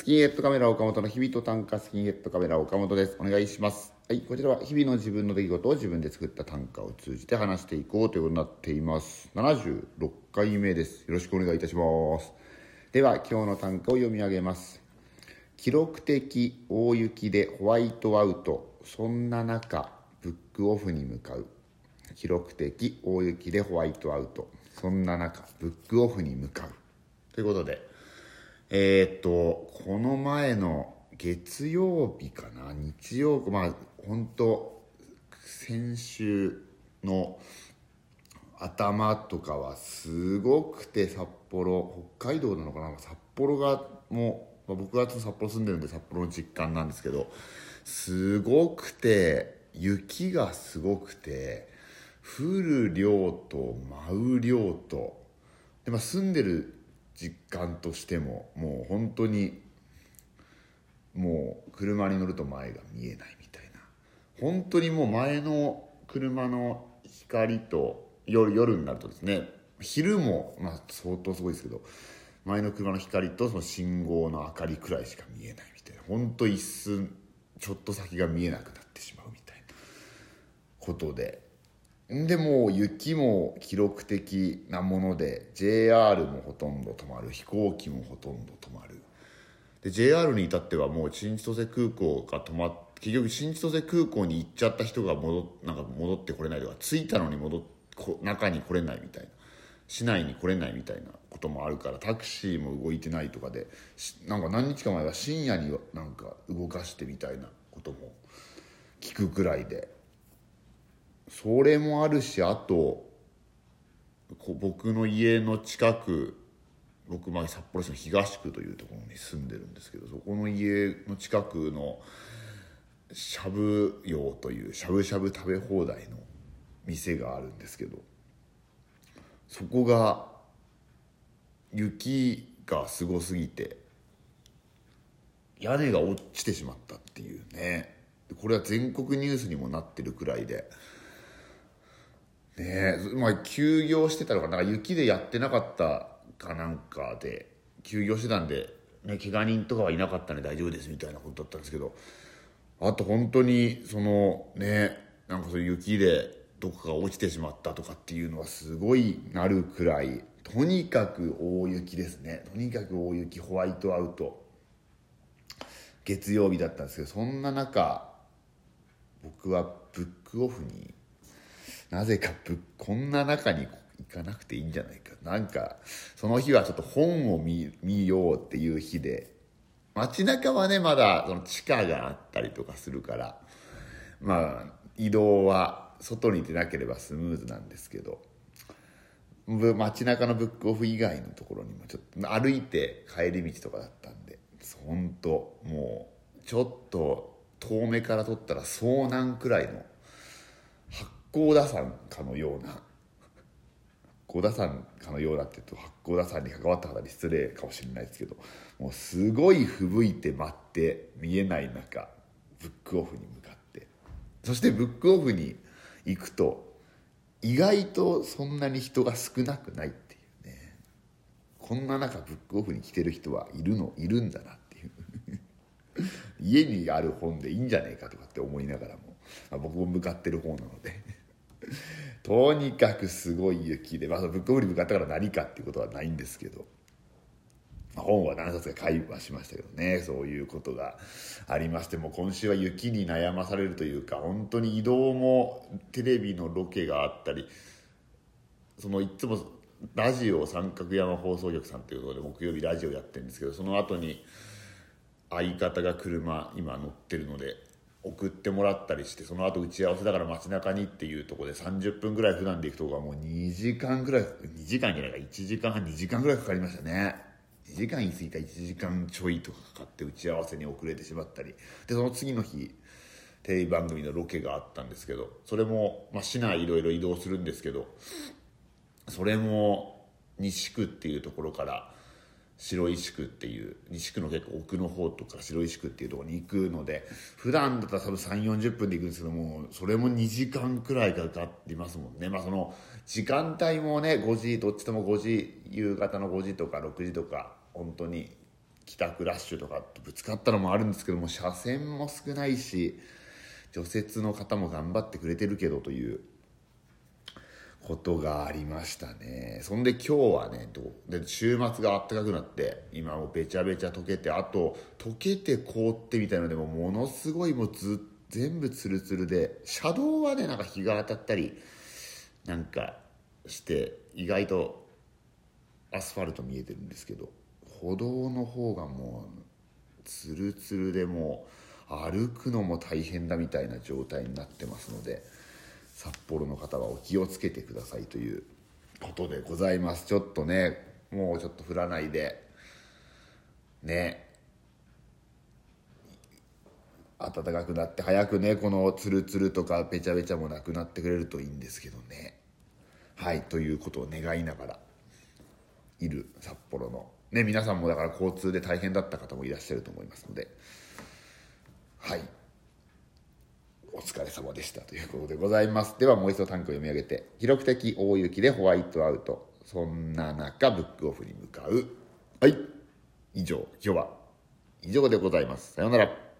スキンヘッドカメラ岡本の日々と短歌。スキンヘッドカメラ岡本です。お願いします。はい、こちらは日々の自分の出来事を自分で作った短歌を通じて話していこうということになっています。76回目です。よろしくお願いいたします。では今日の短歌を読み上げます。記録的大雪でホワイトアウト、そんな中ブックオフに向かう。記録的大雪でホワイトアウト、そんな中ブックオフに向かうということで、この前の月曜日かな、日曜、本当先週の頭とかはすごくて、札幌、北海道なのかな、札幌がもう、僕が札幌住んでるんで札幌の実感なんですけど、すごくて、雪がすごくて、降る量と舞う量とで、住んでる実感としてももう本当にもう車に乗ると前が見えないみたいな、本当にもう前の車の光と夜になるとですね、昼も相当すごいですけど、前の車の光とその信号の明かりくらいしか見えないみたいな、本当一寸ちょっと先が見えなくなってしまうみたいなことで、もう雪も記録的なもので JR もほとんど止まる、飛行機もほとんど止まる。で JR に至ってはもう新千歳空港が止まって、結局新千歳空港に行っちゃった人が戻ってこれないとか、着いたのに中に来れないみたいな、市内に来れないみたいなこともあるから、タクシーも動いてないとかで、何日か前は深夜に動かしてみたいなことも聞くくらいで、それもあるし、あと僕の家の近く、僕札幌市の東区というところに住んでるんですけど、そこの家の近くのしゃぶ用というしゃぶしゃぶ食べ放題の店があるんですけど、そこが雪がすごすぎて屋根が落ちてしまったっていうね。これは全国ニュースにもなってるくらいでね、休業してたのか雪でやってなかったかなんかで休業してたんで、怪我人とかはいなかったんで大丈夫ですみたいなことだったんですけど、あと本当にそういう雪でどこかが落ちてしまったとかっていうのはすごいなるくらい、とにかく大雪ですね。とにかく大雪、ホワイトアウト、月曜日だったんですけど、そんな中僕はブックオフになぜかこんな中に行かなくていいんじゃないか、その日はちょっと本を見ようっていう日で、街中はねまだその地下があったりとかするから、移動は外に出なければスムーズなんですけど、街中のブックオフ以外のところにもちょっと歩いて帰り道とかだったんで、本当もうちょっと遠目から撮ったら遭難くらいの八甲田山かのような、八甲田山かのようなって言うと八甲田山に関わった方に失礼かもしれないですけど、もうすごい吹雪いて待って見えない中ブックオフに向かって、そしてブックオフに行くと意外とそんなに人が少なくないっていうね。こんな中ブックオフに来てる人はいるんだなっていう家にある本でいいんじゃねえかとかって思いながらも、僕も向かってる方なのでとにかくすごい雪で、ブックオフに向かったから何かっていうことはないんですけど、本は何冊か買いはしましたけどね。そういうことがありまして、もう今週は雪に悩まされるというか、本当に移動もテレビのロケがあったり、いつもラジオ三角山放送局さんということで木曜日ラジオやってるんですけど、その後に相方が今乗ってるので送ってもらったりして、その後打ち合わせだから街中にっていうところで30分ぐらい普段で行くとこがもう2時間ぐらい、2時間じゃないか、1時間半2時間ぐらいかかりましたね。2時間言い過ぎた、1時間ちょいとかかかって打ち合わせに遅れてしまったりで、その次の日テレビ番組のロケがあったんですけど、それも、市内いろいろ移動するんですけど、それも西区っていうところから白石区っていう、西区の結構奥の方とか白石区っていうところに行くので、普段だったら多分3、40分で行くんですけども、それも2時間くらいかかってますもんね。その時間帯もね、5時、どっちとも5時、夕方の5時とか6時とか、本当に帰宅ラッシュとかとぶつかったのもあるんですけども、車線も少ないし除雪の方も頑張ってくれてるけどということがありましたね。そんで今日はねで週末が暖かくなって今もうべちゃべちゃ溶けて、あと溶けて凍ってみたいのでものすごいもう全部ツルツルで、車道はねなんか日が当たったりなんかして意外とアスファルト見えてるんですけど、歩道の方がもうツルツルでもう歩くのも大変だみたいな状態になってますので、札幌の方はお気をつけてくださいということでございます。ちょっとねもうちょっと降らないでね暖かくなって早くねこのツルツルとかべちゃべちゃもなくなってくれるといいんですけどね。はいということを願いながらいる札幌のね、皆さんもだから交通で大変だった方もいらっしゃると思いますので、はいお疲れ様でしたということでございます。ではもう一度短歌を読み上げて、記録的大雪でホワイトアウト、そんな中ブックオフに向かう。はい以上、今日は以上でございます。さようなら。